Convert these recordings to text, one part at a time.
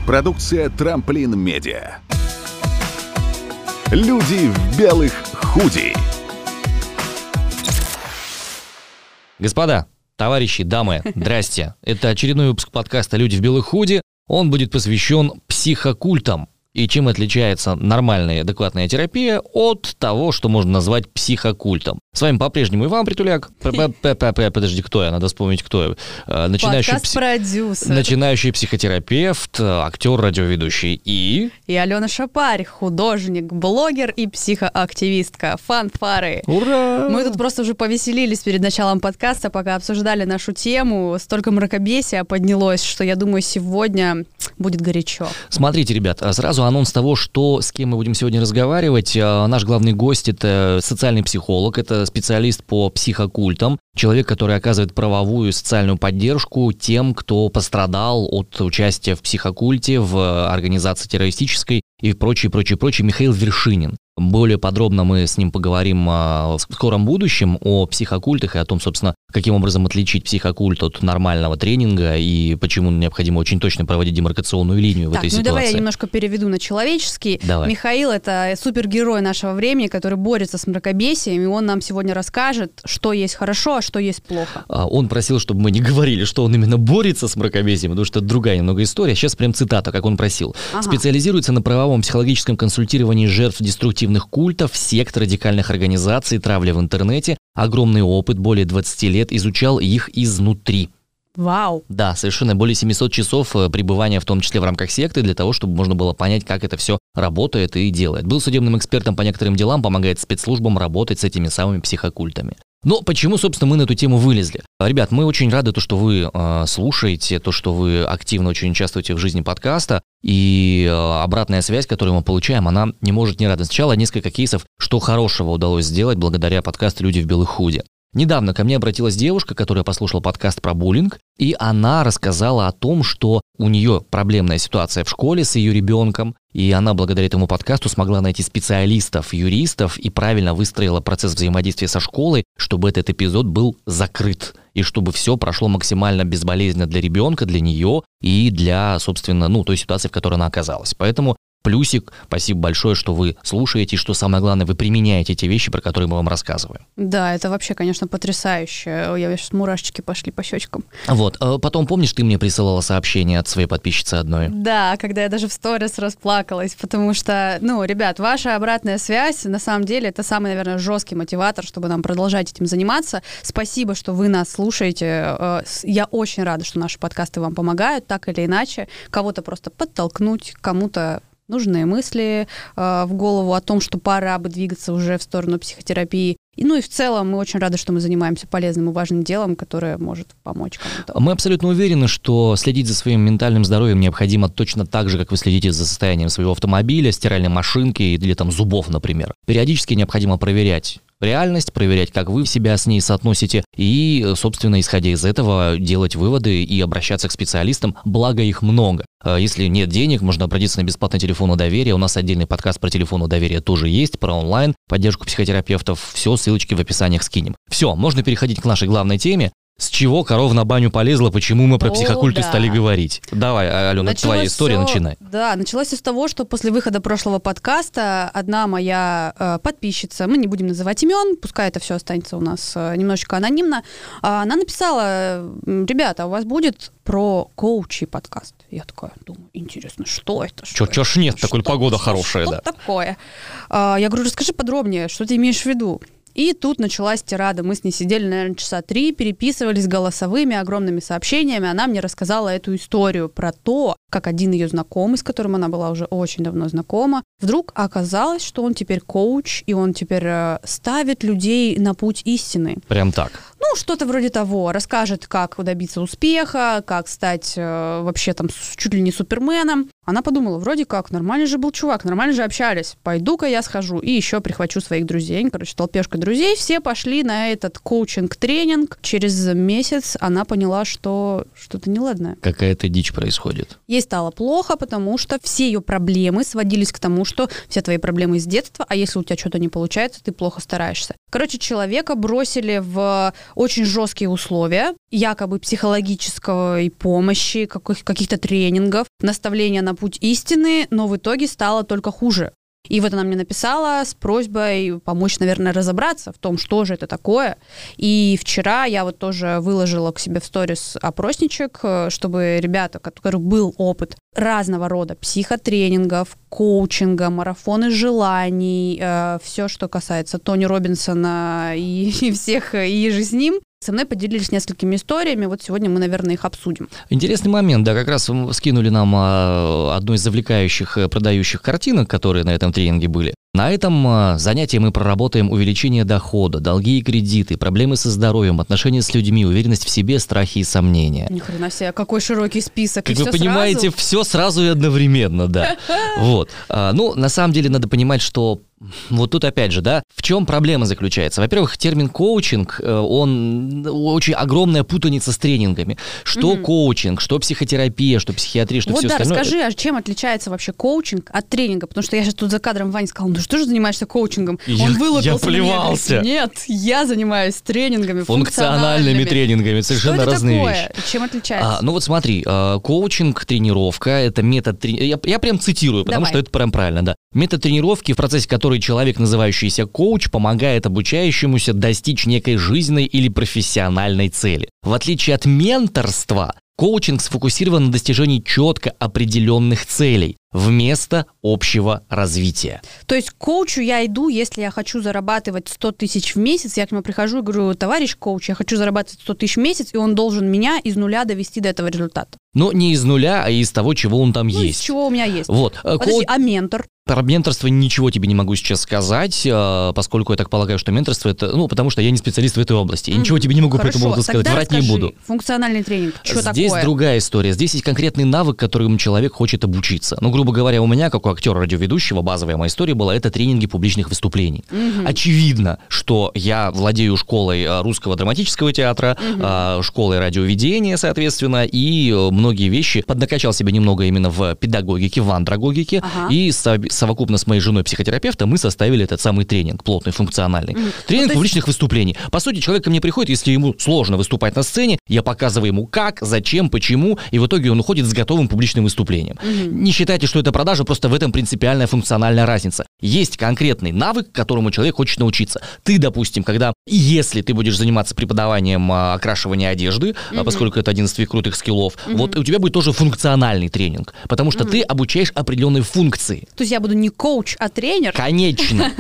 Продукция «Трамплин Медиа». Люди в белых худи. Господа, товарищи, дамы, здрасте. Это очередной выпуск подкаста «Люди в белых худи». Он будет посвящен психокультам. И чем отличается нормальная адекватная терапия от того, что можно назвать психокультом. С вами по-прежнему Иван Притуляк. Подожди, кто я? Надо вспомнить, кто я. Подкаст-продюсер. Начинающий психотерапевт, актер, радиоведущий и Алена Шапарь, художник, блогер и психоактивистка. Фанфары. Ура! Мы тут просто уже повеселились перед началом подкаста, пока обсуждали нашу тему. Столько мракобесия поднялось, что я думаю, сегодня будет горячо. Смотрите, ребят, сразу анонс того, с кем мы будем сегодня разговаривать. Наш главный гость — это социальный психолог, это специалист по психокультам, человек, который оказывает правовую и социальную поддержку тем, кто пострадал от участия в психокульте, в организации террористической и прочее. Михаил Вершинин. Более подробно мы с ним поговорим в скором будущем о психокультах и о том, собственно, каким образом отличить психокульт от нормального тренинга и почему необходимо очень точно проводить демаркационную линию в этой ситуации. Давай я немножко переведу на человеческий. Давай. Михаил — это супергерой нашего времени, который борется с мракобесием, и он нам сегодня расскажет, что есть хорошо, а что есть плохо. Он просил, чтобы мы не говорили, что он именно борется с мракобесием, потому что это другая немного история. Сейчас прям цитата, как он просил. Специализируется на правовом психологическом консультировании жертв деструктивных культов, сект, радикальных организаций, травли в интернете. Огромный опыт, более 20 лет, изучал их изнутри. Вау! Да, совершенно более 700 часов пребывания, в том числе в рамках секты, для того, чтобы можно было понять, как это все работает и делает. Был судебным экспертом по некоторым делам, помогает спецслужбам работать с этими самыми психокультами. Но почему, собственно, мы на эту тему вылезли? Ребят, мы очень рады, что вы слушаете, что вы активно очень участвуете в жизни подкаста, и обратная связь, которую мы получаем, она не может не радовать. Сначала несколько кейсов, что хорошего удалось сделать благодаря подкасту «Люди в белых худи». Недавно ко мне обратилась девушка, которая послушала подкаст про буллинг, и она рассказала о том, что у нее проблемная ситуация в школе с ее ребенком, и она благодаря этому подкасту смогла найти специалистов, юристов и правильно выстроила процесс взаимодействия со школой, чтобы этот эпизод был закрыт, и чтобы все прошло максимально безболезненно для ребенка, для нее и для, собственно, той ситуации, в которой она оказалась. Поэтому плюсик, спасибо большое, что вы слушаете, и что самое главное, вы применяете те вещи, про которые мы вам рассказываем. Да, это вообще, конечно, потрясающе. Я сейчас мурашечки пошли по щечкам. Вот, потом, помнишь, ты мне присылала сообщение от своей подписчицы одной? Да, когда я даже в сторис расплакалась, потому что, ребят, ваша обратная связь, на самом деле, это самый, наверное, жесткий мотиватор, чтобы нам продолжать этим заниматься. Спасибо, что вы нас слушаете. Я очень рада, что наши подкасты вам помогают, так или иначе. Кого-то просто подтолкнуть, кому-то нужные мысли в голову о том, что пора бы двигаться уже в сторону психотерапии. И в целом мы очень рады, что мы занимаемся полезным и важным делом, которое может помочь кому-то. Мы абсолютно уверены, что следить за своим ментальным здоровьем необходимо точно так же, как вы следите за состоянием своего автомобиля, стиральной машинки или зубов, например. Периодически необходимо проверять реальность, проверять, как вы себя с ней соотносите, и, собственно, исходя из этого, делать выводы и обращаться к специалистам, благо их много. Если нет денег, можно обратиться на бесплатный телефон доверия. У нас отдельный подкаст про телефон доверия тоже есть, про онлайн, поддержку психотерапевтов. Все, ссылочки в описаниях скинем. Все, можно переходить к нашей главной теме. С чего корова на баню полезла, почему мы про психокульты стали говорить? Давай, Алена, твоя история, начинай. Да, началось все с того, что после выхода прошлого подкаста одна моя подписчица, мы не будем называть имен, пускай это все останется у нас немножечко анонимно, она написала: ребята, у вас будет про коучи подкаст. Я такая думаю, интересно, что это? Чё ж нет, такой погода хорошая, да. Что такое? Я говорю, расскажи подробнее, что ты имеешь в виду? И тут началась тирада. Мы с ней сидели, наверное, часа 3, переписывались голосовыми, огромными сообщениями. Она мне рассказала эту историю про то, как один ее знакомый, с которым она была уже очень давно знакома, вдруг оказалось, что он теперь коуч, и он теперь ставит людей на путь истины. Прям так? Что-то вроде того. Расскажет, как добиться успеха, как стать вообще чуть ли не суперменом. Она подумала, вроде как, нормальный же был чувак, нормально же общались. Пойду-ка я схожу и еще прихвачу своих друзей. Толпешка друзей. Все пошли на этот коучинг-тренинг. Через месяц она поняла, что что-то неладное. Какая-то дичь происходит. Ей ей стало плохо, потому что все ее проблемы сводились к тому, что все твои проблемы из детства, а если у тебя что-то не получается, ты плохо стараешься. Короче, человека бросили в очень жесткие условия, якобы психологической помощи, каких-то тренингов, наставления на путь истины, но в итоге стало только хуже. И вот она мне написала с просьбой помочь, наверное, разобраться в том, что же это такое. И вчера я вот тоже выложила к себе в сторис опросничек, чтобы ребята, у которых был опыт разного рода психотренингов, коучинга, марафоны желаний, все, что касается Тони Робинсона и всех и же с ним, со мной поделились несколькими историями, вот сегодня мы, наверное, их обсудим. Интересный момент, да, как раз скинули нам одну из завлекающих продающих картинок, которые на этом тренинге были. На этом занятии мы проработаем увеличение дохода, долги и кредиты, проблемы со здоровьем, отношения с людьми, уверенность в себе, страхи и сомнения. Ни хрена себе, какой широкий список. Как вы понимаете, все сразу и одновременно, да. Вот. Ну, на самом деле надо понимать, что вот тут опять же, да, в чем проблема заключается? Во-первых, термин коучинг, он очень огромная путаница с тренингами. Что коучинг, что психотерапия, что психиатрия, что вот все да, остальное. Расскажи, а чем отличается вообще коучинг от тренинга? Потому что я сейчас тут за кадром Ване сказала, ну что же занимаешься коучингом? Он вылупился. Я плевался. На меня, говорит, нет, я занимаюсь тренингами, функциональными тренингами, совершенно разные вещи. Чем отличается? Ну вот смотри, коучинг, тренировка, это метод тренировки. Я прям цитирую, потому что это прям правильно, да. Метод тренировки, в процессе которой человек, называющийся коуч, помогает обучающемуся достичь некой жизненной или профессиональной цели. В отличие от менторства, коучинг сфокусирован на достижении четко определенных целей вместо общего развития. То есть к коучу я иду, если я хочу зарабатывать 100 тысяч в месяц, я к нему прихожу и говорю, товарищ коуч, я хочу зарабатывать 100 тысяч в месяц, и он должен меня из нуля довести до этого результата. Но не из нуля, а из того, чего он там есть. Из чего у меня есть. Вот. Подожди, а ментор? Про менторство ничего тебе не могу сейчас сказать, поскольку я так полагаю, что менторство это, потому что я не специалист в этой области. Я ничего тебе не могу по этому поводу сказать, врать не буду. Функциональный тренинг, что такое? Здесь другая история. Здесь есть конкретный навык, которым человек хочет обучиться. Грубо говоря, у меня, как у актера-радиоведущего, базовая моя история была, это тренинги публичных выступлений. Очевидно, что я владею школой русского драматического театра, школой радиоведения, соответственно, и многие вещи поднакачал себя немного именно в педагогике, в андрогогике, и совокупно с моей женой психотерапевтом мы составили этот самый тренинг, плотный, функциональный. Тренинг публичных выступлений. По сути, человек ко мне приходит, если ему сложно выступать на сцене, я показываю ему как, зачем, почему, и в итоге он уходит с готовым публичным выступлением. Не считайте, что это продажа, просто в этом принципиальная функциональная разница. Есть конкретный навык, которому человек хочет научиться. Ты, допустим, если ты будешь заниматься преподаванием окрашивания одежды, поскольку это один из твоих крутых скиллов, вот у тебя будет тоже функциональный тренинг, потому что ты обучаешь определенной функции. То есть я буду не коуч, а тренер? Конечно.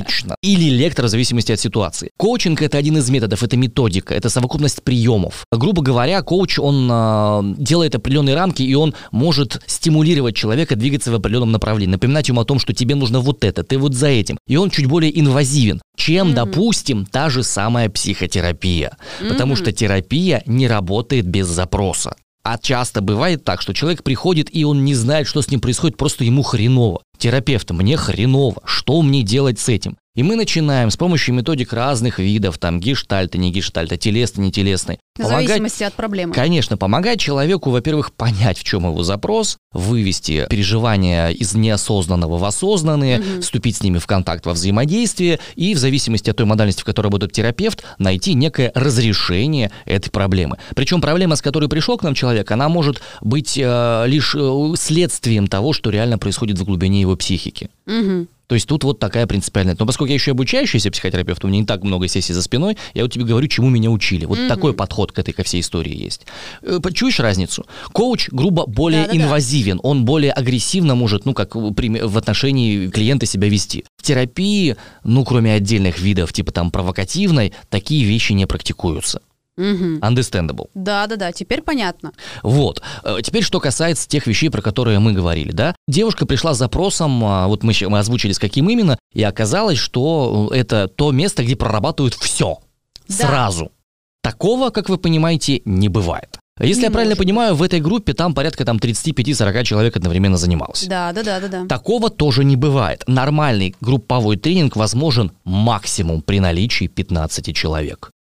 Или лектор, в зависимости от ситуации. Коучинг — это один из методов, это методика, это совокупность приемов. Грубо говоря, коуч, он делает определенные рамки, и он может стимулировать человека двигаться в определенном направлении, напоминать ему о том, что тебе нужно вот это, ты вот за этим. И он чуть более инвазивен, чем, допустим, та же самая психотерапия. Потому что терапия не работает без запроса. А часто бывает так, что человек приходит, и он не знает, что с ним происходит, просто ему хреново. Терапевт, мне хреново, что мне делать с этим? И мы начинаем с помощью методик разных видов, там гештальта, не гештальта, телесный, не телесный. В зависимости от проблемы. Конечно, помогать человеку, во-первых, понять, в чем его запрос, вывести переживания из неосознанного в осознанные, вступить с ними в контакт, во взаимодействие, и в зависимости от той модальности, в которой работает терапевт, найти некое разрешение этой проблемы. Причем проблема, с которой пришел к нам человек, она может быть лишь следствием того, что реально происходит в глубине его психики. То есть тут вот такая принципиальная. Но поскольку я еще обучающийся психотерапевт, у меня не так много сессий за спиной, я вот тебе говорю, чему меня учили. Вот такой подход к ко всей истории есть. Чуешь разницу? Коуч, грубо, более инвазивен, он более агрессивно может, как в отношении клиента себя вести. В терапии, кроме отдельных видов, типа там провокативной, такие вещи не практикуются. Understandable. Да, теперь понятно. Вот. Теперь, что касается тех вещей, про которые мы говорили, да. Девушка пришла с запросом, вот мы озвучили, с каким именно, и оказалось, что это то место, где прорабатывают все. Сразу. Такого, как вы понимаете, не бывает. Если я правильно понимаю, в этой группе там порядка 35-40 человек одновременно занималось. Да. Такого тоже не бывает. Нормальный групповой тренинг возможен максимум при наличии 15 человек.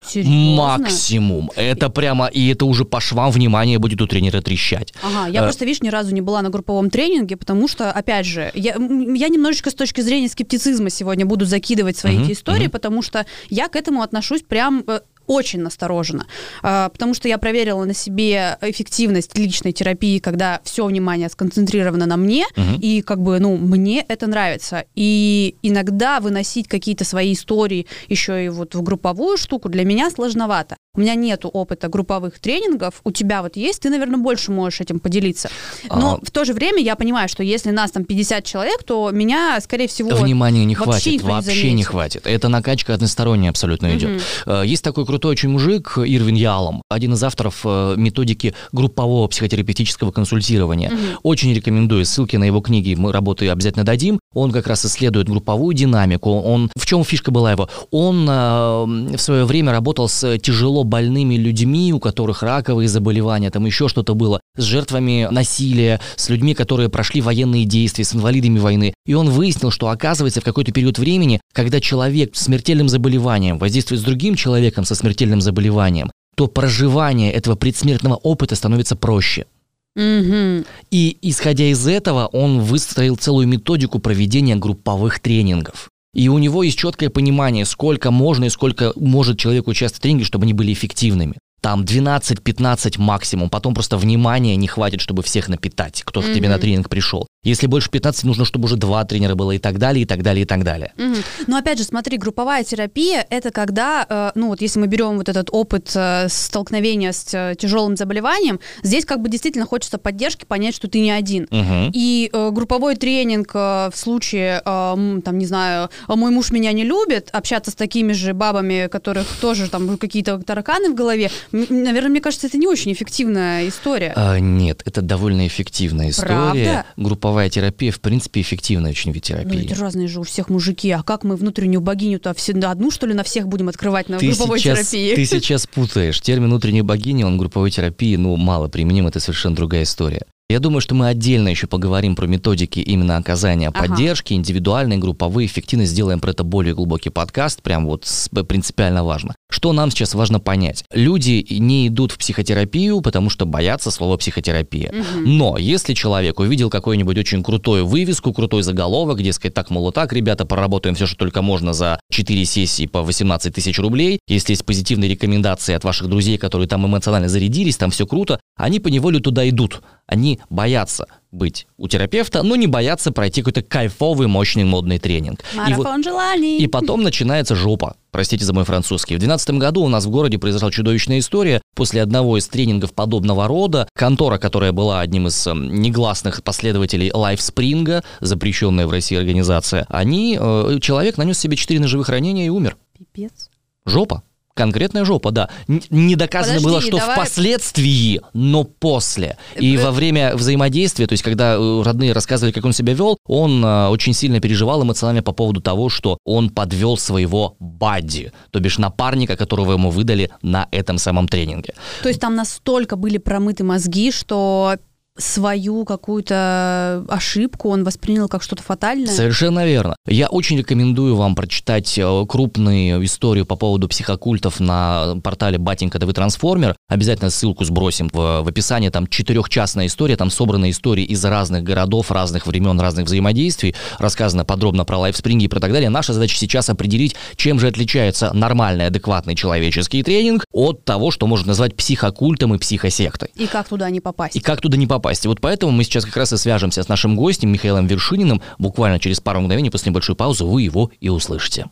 Серьезно? Максимум. Это прямо, и это уже по швам внимание будет у тренера трещать. Ага, я просто, видишь, ни разу не была на групповом тренинге, потому что, опять же, я немножечко с точки зрения скептицизма сегодня буду закидывать свои эти истории, потому что я к этому отношусь прям очень настороженно, потому что я проверила на себе эффективность личной терапии, когда все внимание сконцентрировано на мне, и как бы, мне это нравится. И иногда выносить какие-то свои истории еще и вот в групповую штуку для меня сложновато. У меня нету опыта групповых тренингов, у тебя вот есть, ты, наверное, больше можешь этим поделиться. Но в то же время я понимаю, что если нас там 50 человек, то меня, скорее всего, внимания не хватит, вообще не хватит. Это накачка односторонняя абсолютно идет. Есть такой крутой очень мужик Ирвин Ялом, один из авторов методики группового психотерапевтического консультирования. Очень рекомендую, ссылки на его книги мы работы обязательно дадим. Он как раз исследует групповую динамику. В чем фишка была его? Он в свое время работал с тяжело больными людьми, у которых раковые заболевания, там еще что-то было, с жертвами насилия, с людьми, которые прошли военные действия, с инвалидами войны. И он выяснил, что оказывается в какой-то период времени, когда человек с смертельным заболеванием воздействует с другим человеком со смертельным заболеванием, то проживание этого предсмертного опыта становится проще. И исходя из этого, он выстроил целую методику проведения групповых тренингов. И у него есть четкое понимание, сколько можно и сколько может человек участвовать в тренинге, чтобы они были эффективными. Там 12-15 максимум, потом просто внимания не хватит, чтобы всех напитать, кто к тебе на тренинг пришел. Если больше 15, нужно, чтобы уже 2 тренера было и так далее, и так далее, и так далее. Но опять же, смотри, групповая терапия – это когда, если мы берем вот этот опыт столкновения с тяжелым заболеванием, здесь как бы действительно хочется поддержки, понять, что ты не один. И групповой тренинг в случае, не знаю, мой муж меня не любит, общаться с такими же бабами, которых тоже там какие-то тараканы в голове, наверное, мне кажется, это не очень эффективная история. Нет, это довольно эффективная история. Правда? Групповая терапия, в принципе, эффективная очень вид терапии. Ну, это разные же у всех мужики. А как мы внутреннюю богиню-то одну, что ли, на всех будем открывать на групповой терапии? Ты сейчас путаешь. Термин внутренней богини, он в групповой терапии, мало применим, это совершенно другая история. Я думаю, что мы отдельно еще поговорим про методики именно оказания поддержки, индивидуальной, групповые, эффективно сделаем про это более глубокий подкаст, прям вот принципиально важно. Что нам сейчас важно понять? Люди не идут в психотерапию, потому что боятся слова психотерапия. Но если человек увидел какую-нибудь очень крутую вывеску, крутой заголовок, дескать, так, мол, так, ребята, поработаем все, что только можно за 4 сессии по 18 тысяч рублей, если есть позитивные рекомендации от ваших друзей, которые там эмоционально зарядились, там все круто, они поневоле туда идут. Они боятся быть у терапевта, но не боятся пройти какой-то кайфовый, мощный, модный тренинг. Марафон желаний. И потом начинается жопа. Простите за мой французский. В 2012 году у нас в городе произошла чудовищная история. После одного из тренингов подобного рода контора, которая была одним из негласных последователей LifeSpring, запрещенная в России организация, человек нанес себе 4 ножевых ранения и умер. Пипец. Жопа. Конкретная жопа, да. Не доказано было, что впоследствии, но после. И во время взаимодействия, то есть когда родные рассказывали, как он себя вел, он очень сильно переживал эмоционально по поводу того, что он подвел своего бадди, то бишь напарника, которого ему выдали на этом самом тренинге. То есть там настолько были промыты мозги, что свою какую-то ошибку он воспринял как что-то фатальное? Совершенно верно. Я очень рекомендую вам прочитать крупную историю по поводу психокультов на портале «Батенька, да вы трансформер». Обязательно ссылку сбросим в описании. Там 4-частная история, там собраны истории из разных городов, разных времен, разных взаимодействий. Рассказано подробно про LifeSpring и про так далее. Наша задача сейчас определить, чем же отличается нормальный, адекватный человеческий тренинг от того, что можно назвать психокультом и психосектой. И как туда не попасть. И вот поэтому мы сейчас как раз и свяжемся с нашим гостем Михаилом Вершининым. Буквально через пару мгновений после небольшой паузы вы его и услышите.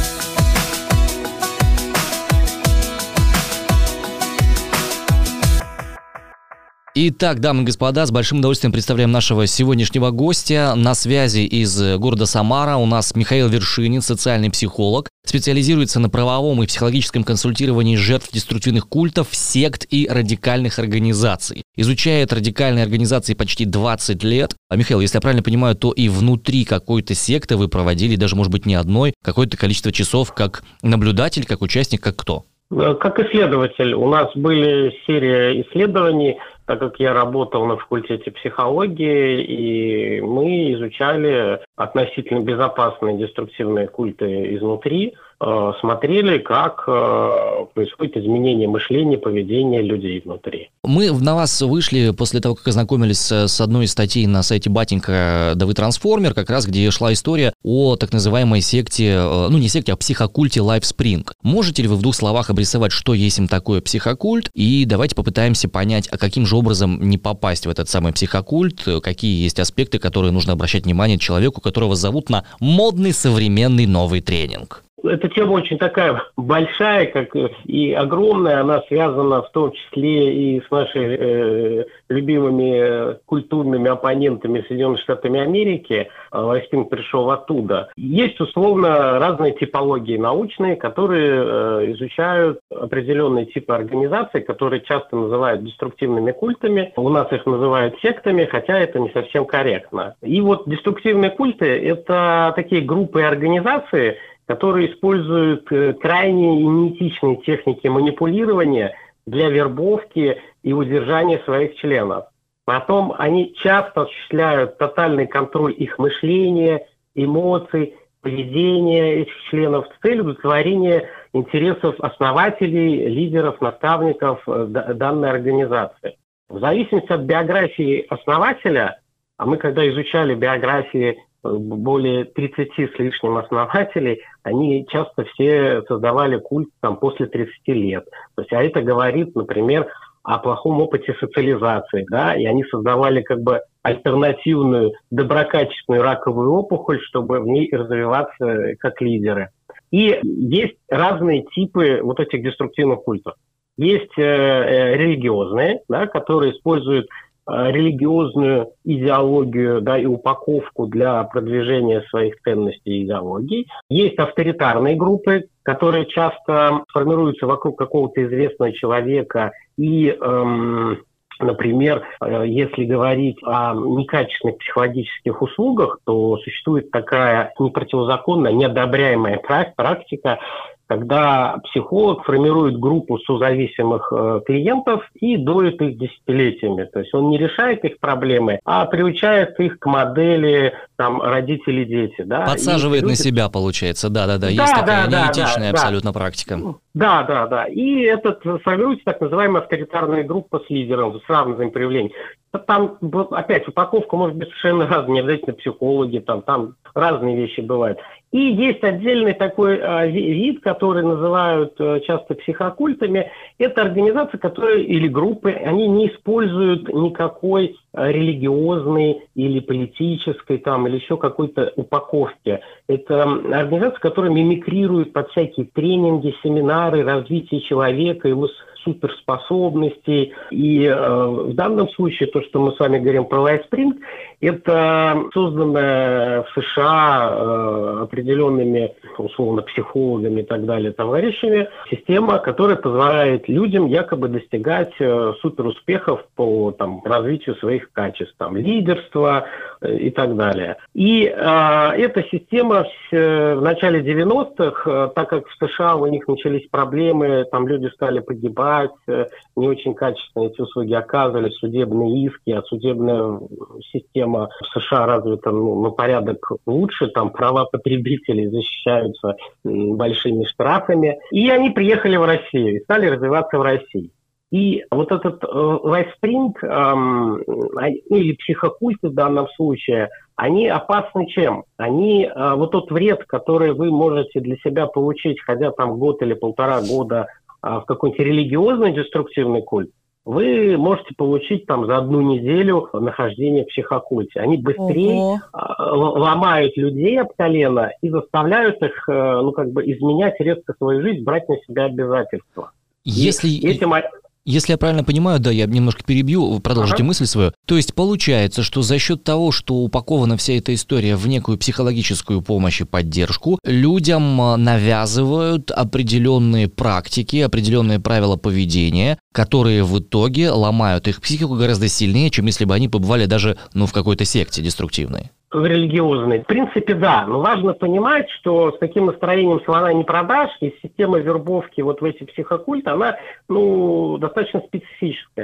Итак, дамы и господа, с большим удовольствием представляем нашего сегодняшнего гостя. На связи из города Самара у нас Михаил Вершинин, социальный психолог, специализируется на правовом и психологическом консультировании жертв деструктивных культов, сект и радикальных организаций. Изучает радикальные организации почти 20 лет. А, Михаил, если я правильно понимаю, то и внутри какой-то секты вы проводили, даже, может быть, не одной, какое-то количество часов как наблюдатель, как участник, как кто? Как исследователь. У нас были серия исследований, так как я работал на факультете психологии, и мы изучали относительно безопасные деструктивные культы изнутри. смотрели, как происходит изменение мышления, поведения людей внутри. Мы на вас вышли после того, как ознакомились с одной из статей на сайте Батенька «Да вы трансформер», как раз где шла история о так называемой секте, ну не секте, а психокульте LifeSpring. Можете ли вы в двух словах обрисовать, что есть им такое психокульт, и давайте попытаемся понять, а каким же образом не попасть в этот самый психокульт, какие есть аспекты, которые нужно обращать внимание человеку, которого зовут на модный современный новый тренинг. Эта тема очень такая большая, как и огромная, она связана в том числе и с нашими любимыми культурными оппонентами Соединенных Штатов Америки. LifeSpring пришел оттуда. Есть условно разные типологии научные, которые изучают определенные типы организаций, которые часто называют деструктивными культами. У нас их называют сектами, хотя это не совсем корректно. И вот деструктивные культы – это такие группы и организации, которые используют крайне неэтичные техники манипулирования для вербовки и удержания своих членов. Потом они часто осуществляют тотальный контроль их мышления, эмоций, поведения этих членов с целью удовлетворения интересов основателей, лидеров, наставников данной организации. В зависимости от биографии основателя, а мы когда изучали биографии более 30 с лишним основателей, они часто все создавали культ после 30 лет. То есть, а это говорит, например, о плохом опыте социализации, да, и они создавали альтернативную доброкачественную раковую опухоль, чтобы в ней развиваться как лидеры. И есть разные типы вот этих деструктивных культов. Есть религиозные, да, которые используют религиозную идеологию, да, и упаковку для продвижения своих ценностей и идеологий. Есть авторитарные группы, которые часто формируются вокруг какого-то известного человека и, например, если говорить о некачественных психологических услугах, то существует такая непротивозаконная, неодобряемая практика, когда психолог формирует группу созависимых клиентов и доит их десятилетиями. То есть он не решает их проблемы, а приучает их к модели родители-дети. Да? Подсаживает на себя, получается. Да-да-да, есть такая неэтичная абсолютно практика. Да. И формируется так называемая авторитарная группа с лидером, с разными проявлениями. Там, опять, упаковка может быть совершенно разная, не обязательно психологи, там разные вещи бывают. И есть отдельный такой вид, который называют часто психокультами. Это организации, которые, или группы, они не используют никакой религиозной или политической или еще какой-то упаковки. Это организации, которые мимикрируют под всякие тренинги, семинары, развитие человека, его суперспособностей. И в данном случае то, что мы с вами говорим про LifeSpring, это созданная в США определенными, условно, психологами и так далее, товарищами, система, которая позволяет людям якобы достигать суперуспехов по развитию своих качеств, лидерства и так далее. И эта система в начале 90-х, так как в США у них начались проблемы, люди стали погибать, не очень качественно эти услуги оказывали, судебные иски, а судебная система в США развита на порядок лучше, права потребителей защищаются большими штрафами. И они приехали в Россию и стали развиваться в России. И вот этот LifeSpring, или психокульты в данном случае, они опасны чем? Они, вот тот вред, который вы можете для себя получить, ходя год или полтора года в какой-нибудь религиозный деструктивный культ, вы можете получить за одну неделю нахождения в психокульте. Они быстрее ломают людей об колено и заставляют их изменять резко свою жизнь, брать на себя обязательства. Если я правильно понимаю, да, я немножко перебью, продолжите мысль свою. То есть получается, что за счет того, что упакована вся эта история в некую психологическую помощь и поддержку, людям навязывают определенные практики, определенные правила поведения, которые в итоге ломают их психику гораздо сильнее, чем если бы они побывали даже в какой-то секте деструктивной. Религиозный. В принципе, да. Но важно понимать, что с таким настроением слона не продашь, и система вербовки в эти психокульты, она, достаточно специфическая.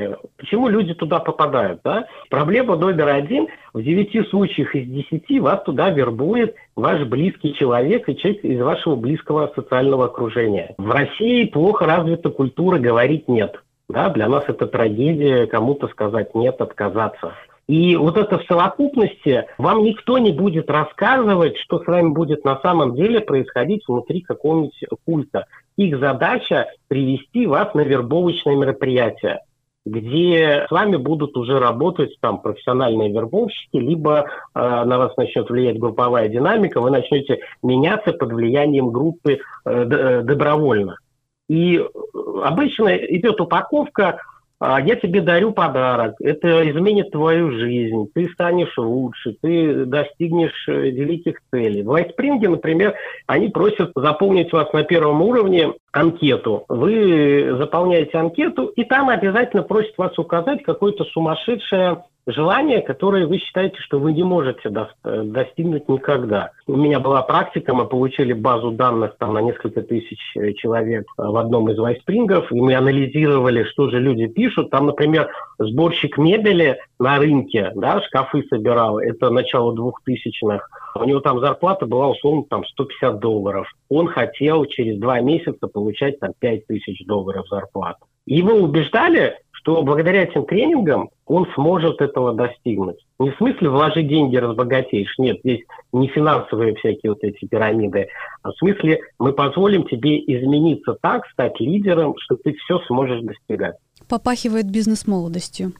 почему люди туда попадают, да? Проблема номер один: в 9 случаях из 10 вас туда вербует ваш близкий человек и человек из вашего близкого социального окружения. В России плохо развита культура говорить «нет». Да? Для нас это трагедия, кому-то сказать «нет», отказаться. И вот это в совокупности вам никто не будет рассказывать, что с вами будет на самом деле происходить внутри какого-нибудь культа. Их задача привести вас на вербовочное мероприятие, где с вами будут уже работать там профессиональные вербовщики, либо на вас начнет влиять групповая динамика, вы начнете меняться под влиянием группы добровольно. И обычно идет упаковка: я тебе дарю подарок, это изменит твою жизнь, ты станешь лучше, ты достигнешь великих целей. В Лайтспринге, например, они просят заполнить вас на первом уровне анкету. Вы заполняете анкету, и там обязательно просят вас указать какое-то сумасшедшее желание, которое вы считаете, что вы не можете достигнуть никогда. У меня была практика, мы получили базу данных там на несколько тысяч человек в одном из Лайтспрингов, и мы анализировали, что же люди пишут. Там, например, сборщик мебели на рынке, да, шкафы собирал, это начало 2000-х. У него там зарплата была, условно, там $150. Он хотел через 2 месяца получать там $5000 зарплату. Его убеждали, что благодаря этим тренингам он сможет этого достигнуть. Не в смысле вложи деньги, разбогатеешь. Нет, здесь не финансовые всякие вот эти пирамиды, а в смысле мы позволим тебе измениться так, стать лидером, что ты все сможешь достигать. Попахивает бизнес-молодостью.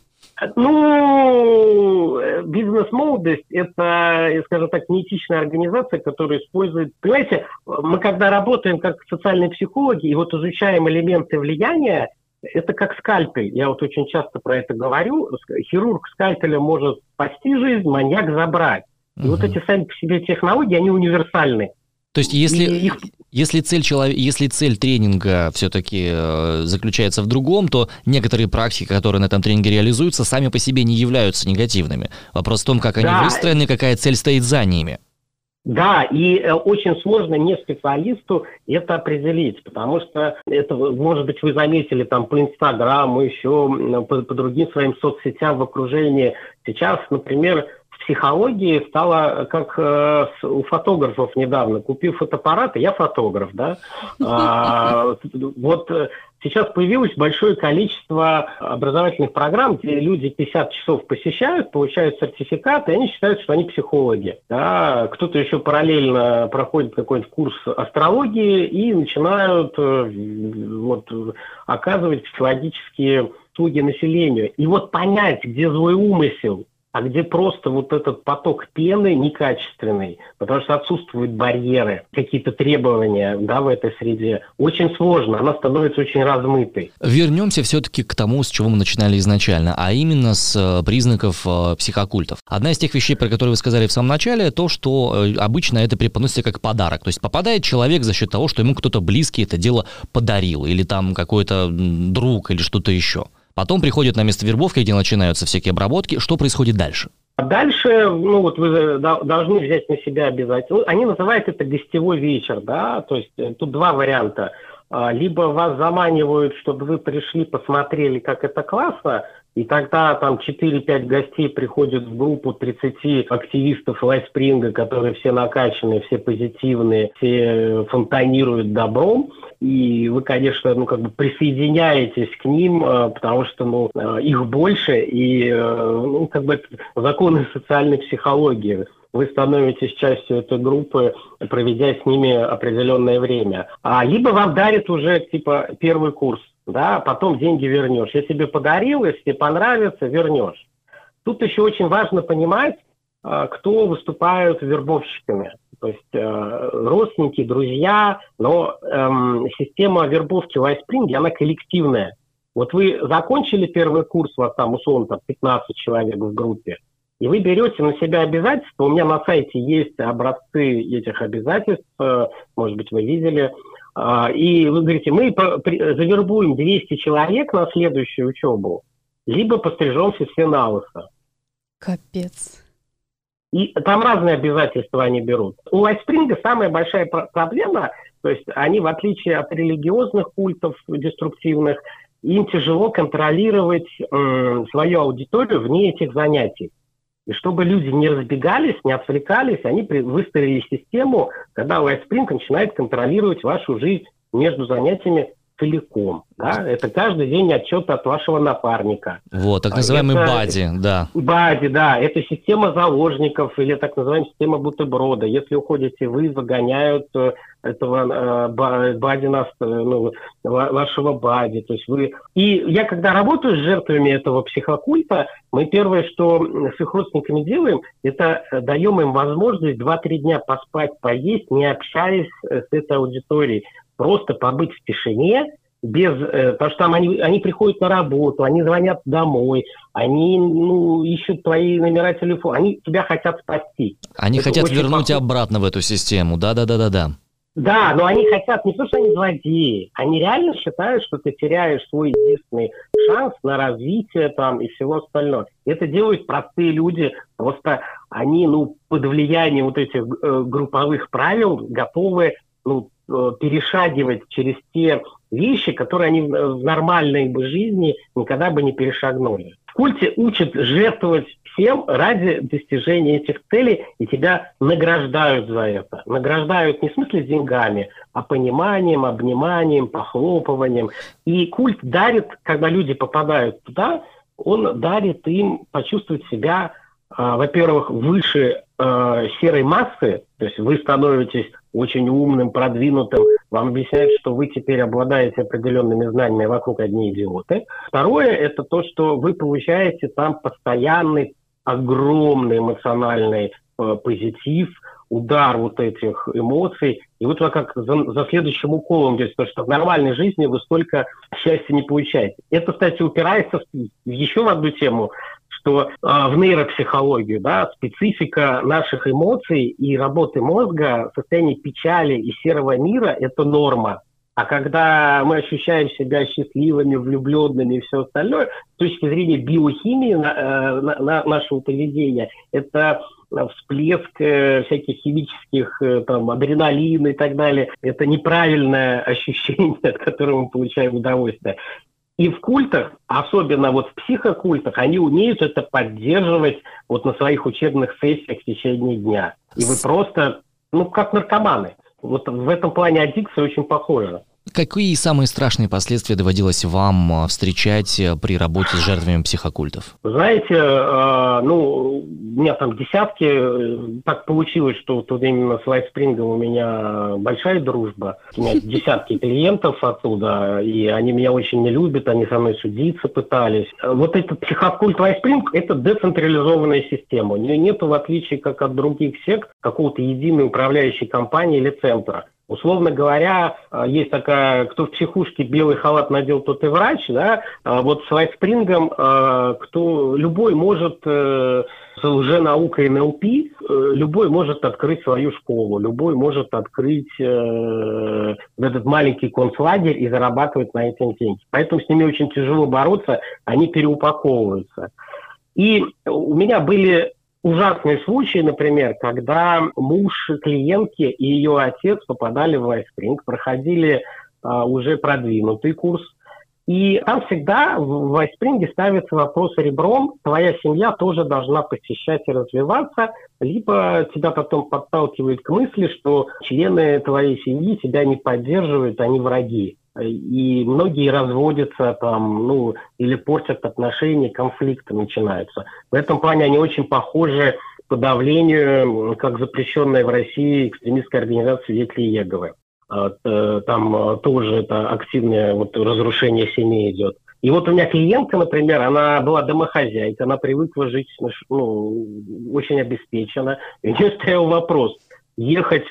Ну, бизнес-молодость – это, скажем так, неэтичная организация, которая использует… Понимаете, мы когда работаем как социальные психологи и вот изучаем элементы влияния, это как скальпель. Я вот очень часто про это говорю. Хирург скальпелем может спасти жизнь, маньяк забрать. И вот эти сами по себе технологии, они универсальны. То есть если цель тренинга все-таки заключается в другом, то некоторые практики, которые на этом тренинге реализуются, сами по себе не являются негативными. Вопрос в том, как они выстроены, какая цель стоит за ними. Да, и очень сложно не специалисту это определить, потому что это, может быть, вы заметили там по Инстаграму, еще по другим своим соцсетям в окружении. Сейчас, например, в психологии стало как у фотографов недавно. Купив фотоаппарат, я фотограф, да. Вот сейчас появилось большое количество образовательных программ, где люди 50 часов посещают, получают сертификат, и они считают, что они психологи. Да? Кто-то еще параллельно проходит какой-то курс астрологии и начинают оказывать психологические услуги населению. И вот понять, где злой умысел, а где просто вот этот поток пены некачественный, потому что отсутствуют барьеры, какие-то требования, да, в этой среде, очень сложно, она становится очень размытой. Вернемся все-таки к тому, с чего мы начинали изначально, а именно с признаков психокультов. Одна из тех вещей, про которые вы сказали в самом начале, то, что обычно это преподносится как подарок. То есть попадает человек за счет того, что ему кто-то близкий это дело подарил, или там какой-то друг, или что-то еще. Потом приходят на место вербовки, где начинаются всякие обработки. Что происходит дальше? Дальше, вы должны взять на себя обязательно. Они называют это гостевой вечер, да, то есть тут 2 варианта. Либо вас заманивают, чтобы вы пришли, посмотрели, как это классно, и тогда там 4-5 гостей приходят в группу 30 активистов Лайтспринга, которые все накачанные, все позитивные, все фонтанируют добром. И вы, конечно, присоединяетесь к ним, потому что их больше, и законы социальной психологии. Вы становитесь частью этой группы, проведя с ними определенное время. Либо вам дарят уже первый курс, да, потом деньги вернешь. Я тебе подарил, если тебе понравится, вернешь. Тут еще очень важно понимать, кто выступают вербовщиками. То есть родственники, друзья, но система вербовки в Лайтспринге, она коллективная. Вот вы закончили первый курс, у вас там условно 15 человек в группе, и вы берете на себя обязательства. У меня на сайте есть образцы этих обязательств, может быть, вы видели. И вы говорите, мы завербуем 200 человек на следующую учебу, либо пострижемся все на лысо. Капец. И там разные обязательства они берут. У Лайтспринга самая большая проблема, то есть они, в отличие от религиозных культов деструктивных, им тяжело контролировать свою аудиторию вне этих занятий. И чтобы люди не разбегались, не отвлекались, они выстроили систему, когда LifeSpring начинает контролировать вашу жизнь между занятиями целиком. Да? Это каждый день отчет от вашего напарника. Вот, так называемый бадди, да. Бадди, да. Это система заложников или так называемая система бутерброда. Если уходите вы, загоняют этого бадди, вашего бадди. То есть вы... И я, когда работаю с жертвами этого психокульта, мы первое, что с их родственниками делаем, это даем им возможность 2-3 дня поспать, поесть, не общаясь с этой аудиторией. Просто побыть в тишине, потому что там они приходят на работу, они звонят домой, они ищут твои номера телефона, они тебя хотят спасти. Они это хотят вернуть обратно в эту систему, да. Да, но они хотят не то, что они злодеи, они реально считают, что ты теряешь свой единственный шанс на развитие там и всего остального. Это делают простые люди, просто они под влиянием вот этих групповых правил готовы перешагивать через те вещи, которые они в нормальной жизни никогда бы не перешагнули. В культе учат жертвовать всем ради достижения этих целей, и тебя награждают за это. Награждают не в смысле деньгами, а пониманием, обниманием, похлопыванием. И культ дарит, когда люди попадают туда, он дарит им почувствовать себя, во-первых, выше серой массы, то есть вы становитесь очень умным, продвинутым, вам объясняют, что вы теперь обладаете определенными знаниями, а вокруг одни идиоты. Второе, это то, что вы получаете там постоянный, огромный эмоциональный позитив, удар вот этих эмоций. И вот вы как за следующим уколом здесь, потому что в нормальной жизни вы столько счастья не получаете. Это, кстати, упирается еще в одну тему, что в нейропсихологию, да, специфика наших эмоций и работы мозга, состояние печали и серого мира – это норма. А когда мы ощущаем себя счастливыми, влюбленными и все остальное, с точки зрения биохимии нашего поведения, это всплеск всяких химических, адреналина и так далее. Это неправильное ощущение, от которого мы получаем удовольствие. И в культах, особенно в психокультах, они умеют это поддерживать на своих учебных сессиях в течение дня. И вы просто, как наркоманы. Вот в этом плане аддикция очень похожа. Какие самые страшные последствия доводилось вам встречать при работе с жертвами психокультов? Знаете, у меня там десятки, так получилось, что тут именно с LifeSpring у меня большая дружба. У меня десятки клиентов оттуда, и они меня очень не любят, они со мной судиться пытались. Вот этот психокульт LifeSpring – это децентрализованная система. У нее нет, в отличие как от других сект, какого-то единой управляющей компании или центра. Условно говоря, есть такая, кто в психушке белый халат надел, тот и врач, да, вот с LifeSpring любой может, с лженаукой НЛП, любой может открыть свою школу, любой может открыть этот маленький концлагерь и зарабатывать на этом деньги. Поэтому с ними очень тяжело бороться, они переупаковываются. И у меня были ужасные случаи, например, когда муж клиентки и ее отец попадали в LifeSpring, проходили уже продвинутый курс. И там всегда в LifeSpring ставится вопрос ребром: твоя семья тоже должна посещать и развиваться, либо тебя потом подталкивают к мысли, что члены твоей семьи тебя не поддерживают, они враги. И многие разводятся там, или портят отношения, конфликты начинаются. В этом плане они очень похожи по давлению, как запрещенная в России экстремистская организация «Свидетели Иеговы». Там тоже это активное разрушение семьи идет. И вот у меня клиентка, например, она была домохозяйка, она привыкла жить, очень обеспеченно. И у нее стоял вопрос: ехать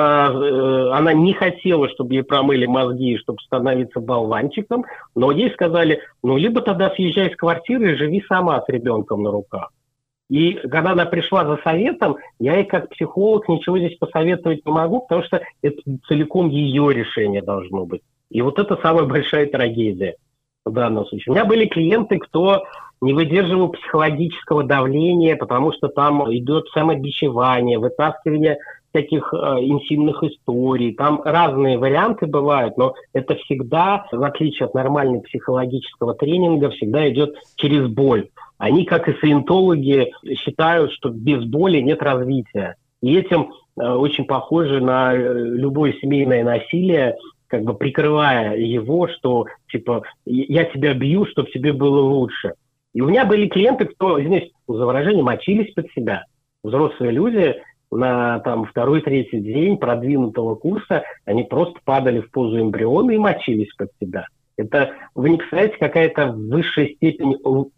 она не хотела, чтобы ей промыли мозги, чтобы становиться болванчиком, но ей сказали: либо тогда съезжай с квартиры и живи сама с ребенком на руках. И когда она пришла за советом, я ей как психолог ничего здесь посоветовать не могу, потому что это целиком ее решение должно быть. И вот это самая большая трагедия в данном случае. У меня были клиенты, кто не выдерживал психологического давления, потому что там идет самобичевание, вытаскивание всяких интимных историй. Там разные варианты бывают, но это всегда, в отличие от нормального психологического тренинга, всегда идет через боль. Они, как и саентологи, считают, что без боли нет развития. И этим очень похоже на любое семейное насилие, как бы прикрывая его, что типа я тебя бью, чтобы тебе было лучше. И у меня были клиенты, кто, извините за выражение, мочились под себя. Взрослые люди на там, второй-третий день продвинутого курса, они просто падали в позу эмбриона и мочились под себя. Это, вы не представляете, какая-то высшая степень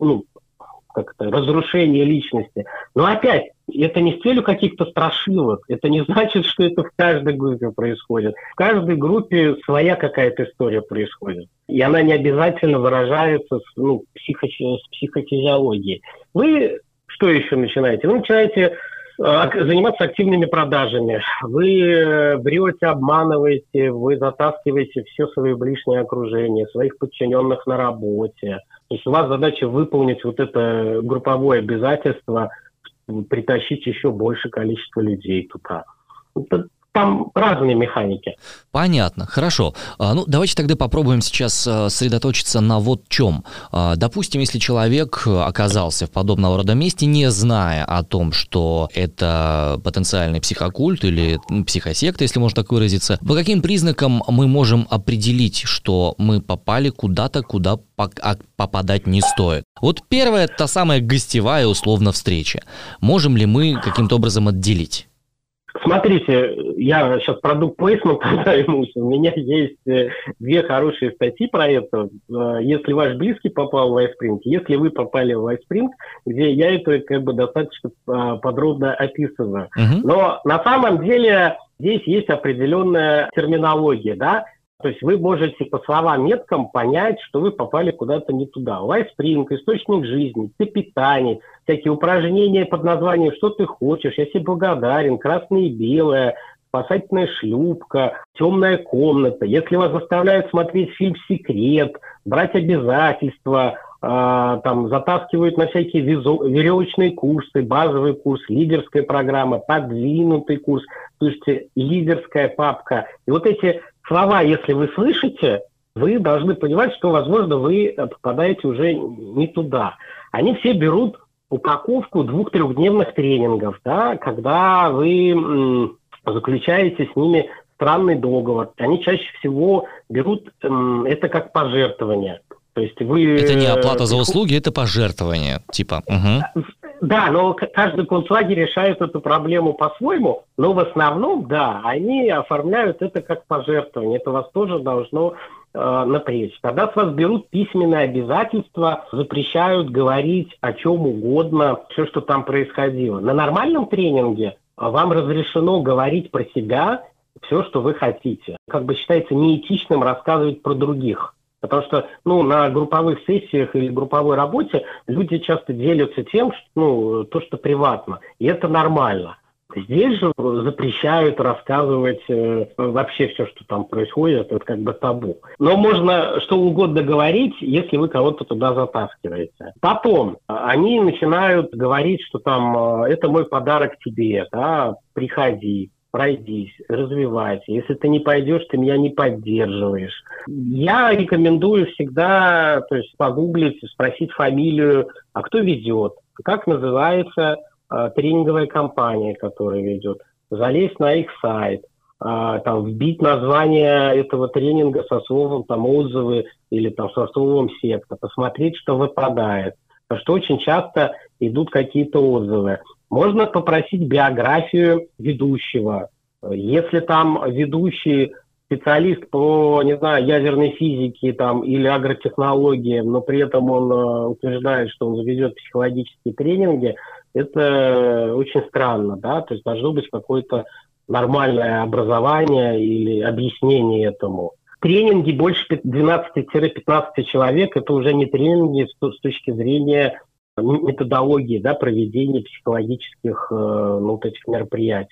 разрушение личности. Но опять, это не с целью каких-то страшилок. Это не значит, что это в каждой группе происходит. В каждой группе своя какая-то история происходит. И она не обязательно выражается с психофизиологией. Вы что еще начинаете? Вы начинаете заниматься активными продажами. Вы врете, обманываете, вы затаскиваете все свое ближнее окружение, своих подчиненных на работе. То есть у вас задача выполнить вот это групповое обязательство, притащить еще большее количество людей туда. Там разные механики. Понятно, хорошо. Ну, давайте тогда попробуем сейчас сосредоточиться на вот чем. Допустим, если человек оказался в подобного рода месте, не зная о том, что это потенциальный психокульт или психосекта, если можно так выразиться, по каким признакам мы можем определить, что мы попали куда-то, куда попадать не стоит? Вот первая, та самая гостевая, условно, встреча. Можем ли мы каким-то образом отделить? Смотрите, я сейчас продукт-плейсментом займусь. У меня есть две хорошие статьи про это. Если ваш близкий попал в LifeSpring, если вы попали в LifeSpring, где я это как бы достаточно подробно описываю. Но на самом деле здесь есть определенная терминология, да? То есть вы можете по словам меткам понять, что вы попали куда-то не туда. LifeSpring, источник жизни, питание, всякие упражнения под названием «Что ты хочешь?», «Я тебе благодарен», «Красное и белое», «Спасательная шлюпка», «Темная комната». Если вас заставляют смотреть фильм «Секрет», брать обязательства, там затаскивают на всякие веревочные курсы, базовый курс, лидерская программа, подвинутый курс, то есть лидерская папка. И вот эти слова, если вы слышите, вы должны понимать, что, возможно, вы попадаете уже не туда. Они все берут упаковку 2-3-дневных тренингов, да, когда вы заключаете с ними странный договор. Они чаще всего берут это как пожертвование. То есть вы... Это не оплата за услуги, это пожертвование, типа. Угу. Да, но каждый концлагерь решает эту проблему по-своему, но в основном, да, они оформляют это как пожертвование. Это вас тоже должно напрячь. Тогда с вас берут письменные обязательства, запрещают говорить о чем угодно, все, что там происходило. На нормальном тренинге вам разрешено говорить про себя все, что вы хотите. Как бы считается неэтичным рассказывать про других. Потому что на групповых сессиях или групповой работе люди часто делятся тем, что, то, что приватно. И это нормально. Здесь же запрещают рассказывать вообще все, что там происходит, это как бы табу. Но можно что угодно говорить, если вы кого-то туда затаскиваете. Потом они начинают говорить, что там это мой подарок тебе, да, приходи. Пройдись, развивайся. Если ты не пойдешь, ты меня не поддерживаешь. Я рекомендую всегда, то есть погуглить, спросить фамилию, а кто ведет, как называется тренинговая компания, которая ведет, залезть на их сайт, там вбить название этого тренинга со словом там отзывы или там со словом секта, посмотреть, что выпадает. Потому что очень часто идут какие-то отзывы. Можно попросить биографию ведущего. Если там ведущий специалист по, не знаю, ядерной физике там, или агротехнологиям, но при этом он утверждает, что он ведет психологические тренинги, это очень странно, да, то есть должно быть какое-то нормальное образование или объяснение этому. Тренинги больше 12-15 человек, это уже не тренинги с точки зрения методологии, да, проведения психологических этих мероприятий.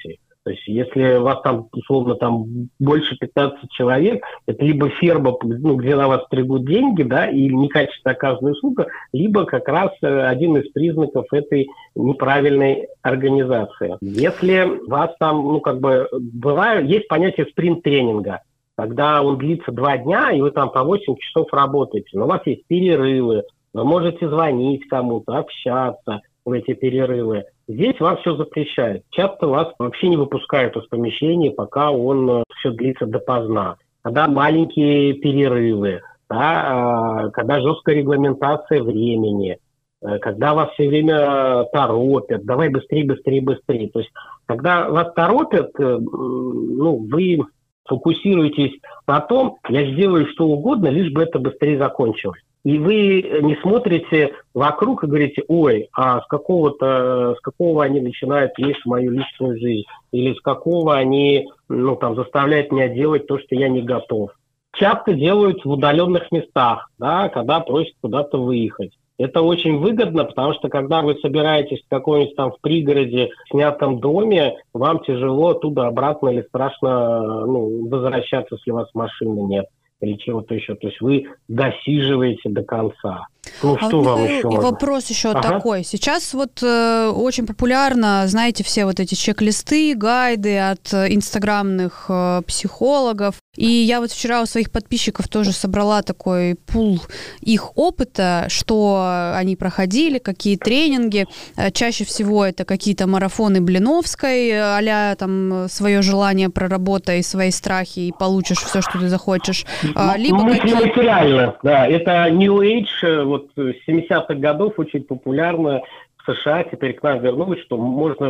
То есть если у вас там, условно, там больше 15 человек, это либо ферма, где на вас стригут деньги, да, и некачественно оказанная услуга, либо как раз один из признаков этой неправильной организации. Если вас там, есть понятие спринт-тренинга, когда он длится 2 дня, и вы там по 8 часов работаете, но у вас есть перерывы, вы можете звонить кому-то, общаться в эти перерывы. Здесь вам все запрещают. Часто вас вообще не выпускают из помещения, пока он все длится допоздна. Когда маленькие перерывы, да, когда жесткая регламентация времени, когда вас все время торопят, давай быстрее, быстрее, быстрее. То есть, когда вас торопят, вы фокусируетесь на том, я сделаю что угодно, лишь бы это быстрее закончилось. И вы не смотрите вокруг и говорите, ой, а с какого они начинают лезть в мою личную жизнь? Или с какого они заставляют меня делать то, что я не готов? Часто делают в удаленных местах, да, когда просят куда-то выехать. Это очень выгодно, потому что когда вы собираетесь в каком-нибудь там в пригороде, снятом доме, вам тяжело оттуда обратно или страшно возвращаться, если у вас машины нет или чего-то еще. То есть вы досиживаете до конца. Что вам еще можно? Вопрос еще такой. Сейчас очень популярно, знаете, все вот эти чек-листы, гайды от инстаграмных психологов. И я вчера у своих подписчиков тоже собрала такой пул их опыта, что они проходили, какие тренинги. Чаще всего это какие-то марафоны Блиновской, а-ля там свое желание проработай, свои страхи и получишь все, что ты захочешь. Материально, да. Это New Age, с 70-х годов очень популярно в США, теперь к нам вернулось, что можно,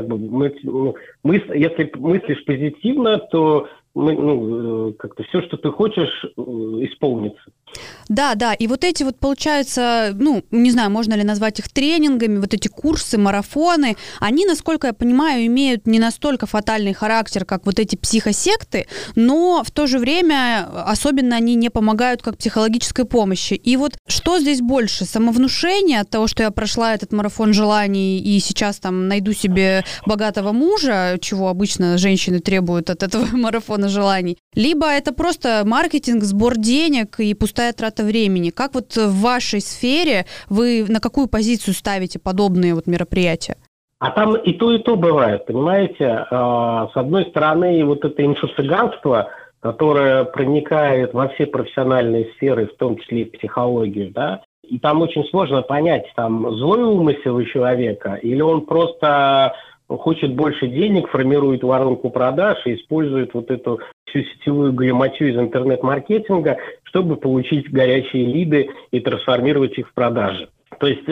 если мыслишь позитивно, то как-то все, что ты хочешь, исполнится. Да, и вот эти получается, не знаю, можно ли назвать их тренингами, вот эти курсы, марафоны, они, насколько я понимаю, имеют не настолько фатальный характер, как вот эти психосекты, но в то же время особенно они не помогают как психологической помощи. И что здесь больше? Самовнушение от того, что я прошла этот марафон желаний и сейчас там найду себе богатого мужа, чего обычно женщины требуют от этого марафона желаний, либо это просто маркетинг, сбор денег и пустая трата времени. Как в вашей сфере вы на какую позицию ставите подобные мероприятия? А там и то бывает, понимаете? С одной стороны, это инфо-цыганство, которое проникает во все профессиональные сферы, в том числе и психологию, да? И там очень сложно понять, там злой умысел у человека, или он просто хочет больше денег, формирует воронку продаж и использует эту всю сетевую галиматью из интернет-маркетинга, чтобы получить горячие лиды и трансформировать их в продажи. То есть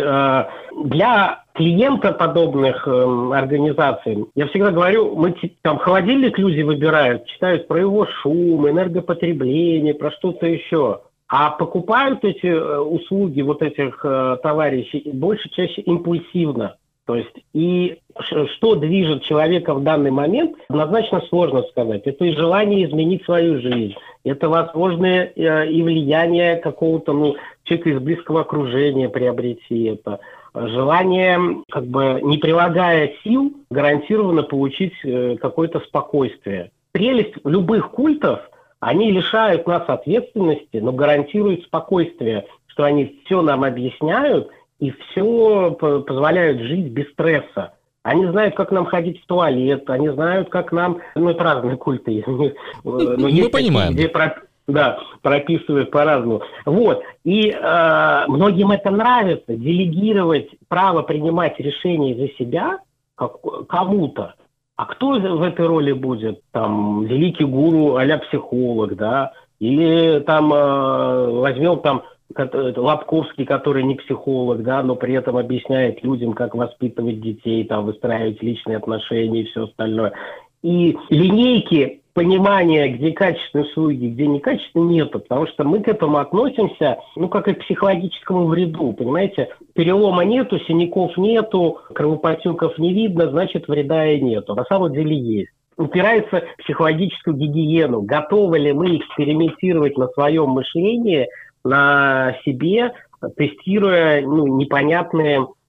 для клиента подобных организаций, я всегда говорю, там холодильник люди выбирают, читают про его шум, энергопотребление, про что-то еще. А покупают эти услуги этих товарищей чаще импульсивно. То есть, и что движет человека в данный момент, однозначно сложно сказать. Это и желание изменить свою жизнь, это возможное и влияние какого-то человека из близкого окружения приобрести это. Желание, не прилагая сил, гарантированно получить какое-то спокойствие. Прелесть любых культов, они лишают нас ответственности, но гарантируют спокойствие, что они все нам объясняют, и все позволяют жить без стресса. Они знают, как нам ходить в туалет, они знают, как нам... это разные культы. Мы понимаем. Где прописывают по-разному. И многим это нравится, делегировать право принимать решения за себя кому-то. А кто в этой роли будет? Там великий гуру а-ля психолог, да? Или там возьмем Лобковский, который не психолог, да, но при этом объясняет людям, как воспитывать детей, выстраивать личные отношения и все остальное. И линейки понимания, где качественные услуги, где некачественные, нету, потому что мы к этому относимся, как и к психологическому вреду, понимаете? Перелома нету, синяков нету, кровоподтеков не видно, значит вреда и нету. На самом деле есть. Упирается в психологическую гигиену. Готовы ли мы экспериментировать на своем мышлении, на себе, тестируя непонятные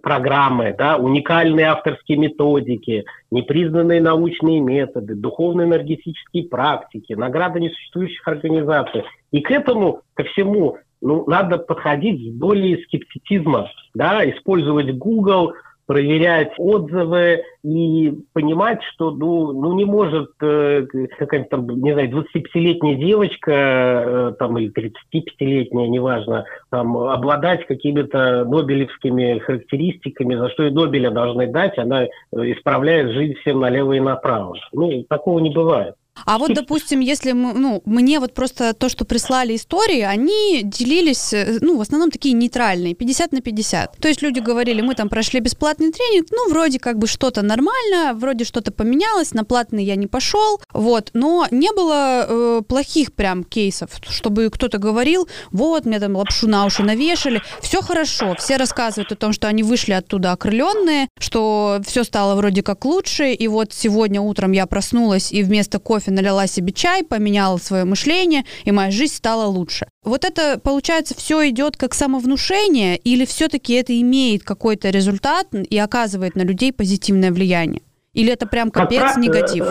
программы, да, уникальные авторские методики, непризнанные научные методы, духовные энергетические практики, награды несуществующих организаций. И к этому, ко всему, надо подходить с долей скептицизма, да, использовать Google, проверять отзывы и понимать, что не может какая-то там, не знаю, 25-летняя девочка там, или 35-летняя, неважно, там, обладать какими-то нобелевскими характеристиками, за что и Нобеля должны дать, она исправляет жизнь всем налево и направо. Такого не бывает. А вот, допустим, если мне вот просто то, что прислали истории, они делились, в основном такие нейтральные, 50 на 50. То есть люди говорили, мы там прошли бесплатный тренинг, вроде как бы что-то нормально, вроде что-то поменялось, на платный я не пошел, вот, но не было плохих прям кейсов, чтобы кто-то говорил, вот, мне там лапшу на уши навешали, все хорошо, все рассказывают о том, что они вышли оттуда окрыленные, что все стало вроде как лучше, и вот сегодня утром я проснулась и вместо кофе налила себе чай, поменяла свое мышление, и моя жизнь стала лучше. Вот это, получается, все идет как самовнушение, или все-таки это имеет какой-то результат и оказывает на людей позитивное влияние? Или это прям капец негатив?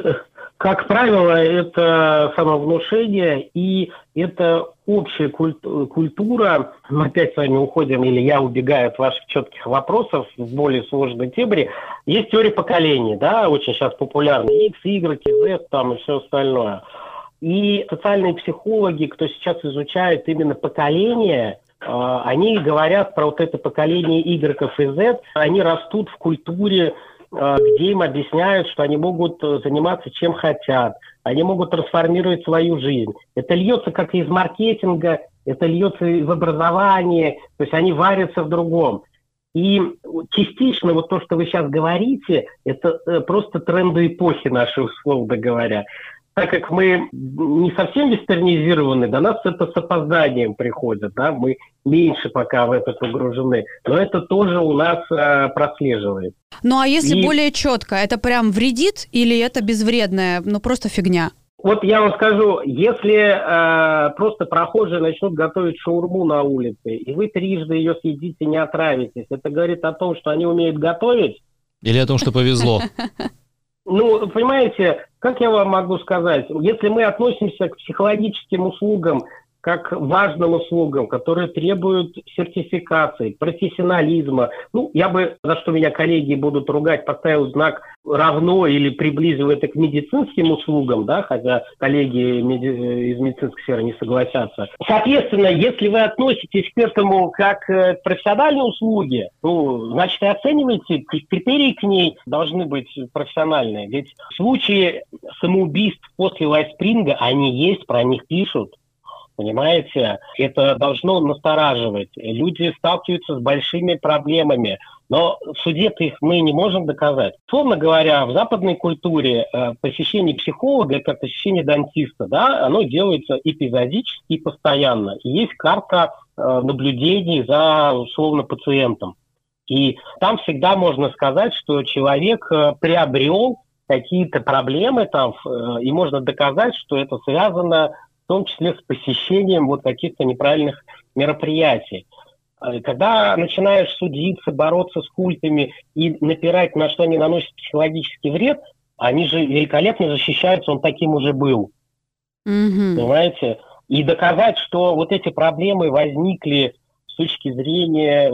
Как правило, это самовнушение, и это общая культура. Мы опять с вами уходим, или я убегаю от ваших четких вопросов в более сложной теме. Есть теория поколений, да, очень сейчас популярна. X, Y, Z, там и все остальное. И социальные психологи, кто сейчас изучает именно поколения, они говорят про вот это поколение Y и Z. Они растут в культуре, где им объясняют, что они могут заниматься чем хотят, они могут трансформировать свою жизнь. Это льется как из маркетинга, это льется из образования, то есть они варятся в другом. И частично вот то, что вы сейчас говорите, это просто тренды эпохи нашей, условно говоря. Так как мы не совсем вестернизированы, до нас это с опозданием приходит, да, мы меньше пока в это погружены, но это тоже у нас прослеживается. Ну а если более четко, это прям вредит или это безвредное, просто фигня? Вот я вам скажу, если просто прохожие начнут готовить шаурму на улице, и вы трижды ее съедите, не отравитесь, это говорит о том, что они умеют готовить? Или о том, что повезло? Понимаете, как я вам могу сказать, если мы относимся к психологическим услугам как к важным услугам, которые требуют сертификации, профессионализма. Я бы, за что меня коллеги будут ругать, поставил знак равно или приблизил это к медицинским услугам, да, хотя коллеги из медицинской сферы не согласятся. Соответственно, если вы относитесь к этому как к профессиональной услуге, значит, и оцениваете, критерии к ней должны быть профессиональные. Ведь случаи самоубийств после лайфспринга, они есть, про них пишут. Понимаете, это должно настораживать. Люди сталкиваются с большими проблемами, но в суде-то их мы не можем доказать. Условно говоря, в западной культуре посещение психолога – это посещение дантиста, да, оно делается эпизодически и постоянно. И есть карта наблюдений за, условно, пациентом. И там всегда можно сказать, что человек приобрел какие-то проблемы там, и можно доказать, что это связано в том числе с посещением вот каких-то неправильных мероприятий. Когда начинаешь судиться, бороться с культами и напирать, на что они наносят психологический вред, они же великолепно защищаются, он таким уже был. Понимаете? И доказать, что вот эти проблемы возникли с точки зрения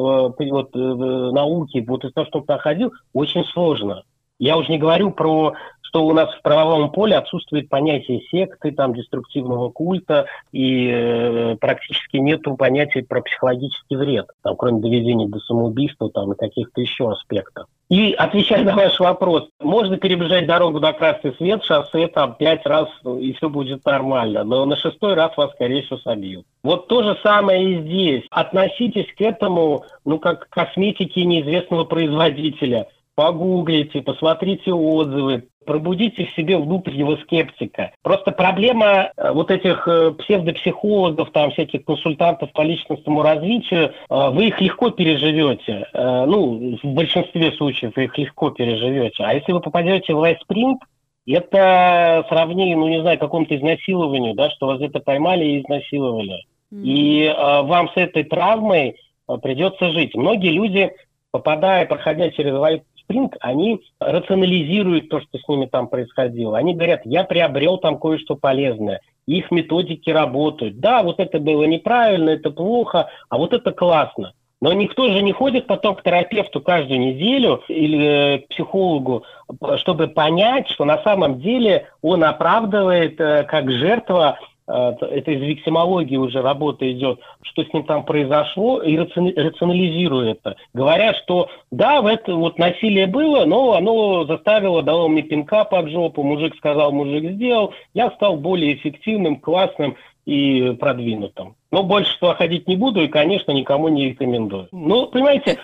науки, вот из того, что он проходил, очень сложно. Я уже не говорю про, что у нас в правовом поле отсутствует понятие секты, там, деструктивного культа, и практически нету понятия про психологический вред, там, кроме доведения до самоубийства там, и каких-то еще аспектов. И отвечая на ваш вопрос, можно перебежать дорогу на красный свет, шоссе там 5 раз, и все будет нормально, но на 6-й раз вас, скорее всего, собьют. Вот то же самое и здесь. Относитесь к этому, как к косметике неизвестного производителя. Погуглите, посмотрите отзывы, пробудите в себе внутреннего скептика. Просто проблема вот этих псевдопсихологов, там, всяких консультантов по личностному развитию, вы их легко переживете. В большинстве случаев вы их легко переживете. А если вы попадете в лайфспринг, это сравнение, какому-то изнасилованию, да, что вас это поймали и изнасиловали. И вам с этой травмой придется жить. Многие люди проходя через White Spring, они рационализируют то, что с ними там происходило. Они говорят, я приобрел там кое-что полезное. Их методики работают. Да, вот это было неправильно, это плохо, а вот это классно. Но никто же не ходит потом к терапевту каждую неделю или к психологу, чтобы понять, что на самом деле он оправдывает как жертва, это из виктимологии уже работа идет, что с ним там произошло, и рационализирует это. Говорят, что да, вот насилие было, но оно дало мне пинка под жопу, мужик сказал, мужик сделал, я стал более эффективным, классным и продвинутым. Но больше туда ходить не буду и, конечно, никому не рекомендую. Ну, понимаете,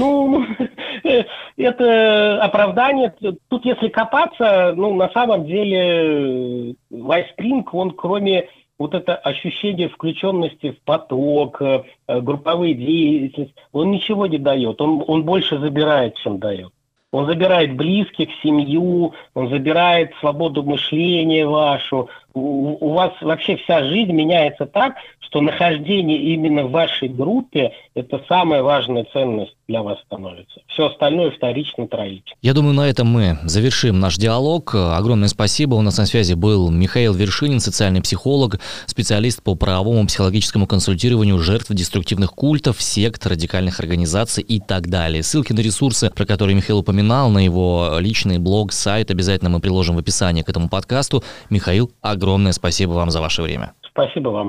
это оправдание. Тут, если копаться, на самом деле White Spring, он кроме вот это ощущение включенности в поток, групповые деятельности, он ничего не дает. Он больше забирает, чем дает. Он забирает близких, семью, он забирает свободу мышления вашу. У вас вообще вся жизнь меняется так, что нахождение именно в вашей группе – это самая важная ценность для вас становится. Все остальное вторично, троично. Я думаю, на этом мы завершим наш диалог. Огромное спасибо. У нас на связи был Михаил Вершинин, социальный психолог, специалист по правовому психологическому консультированию жертв деструктивных культов, сект, радикальных организаций и так далее. Ссылки на ресурсы, про которые Михаил упоминал, на его личный блог, сайт, обязательно мы приложим в описании к этому подкасту. Михаил, огромное спасибо вам за ваше время. Спасибо вам.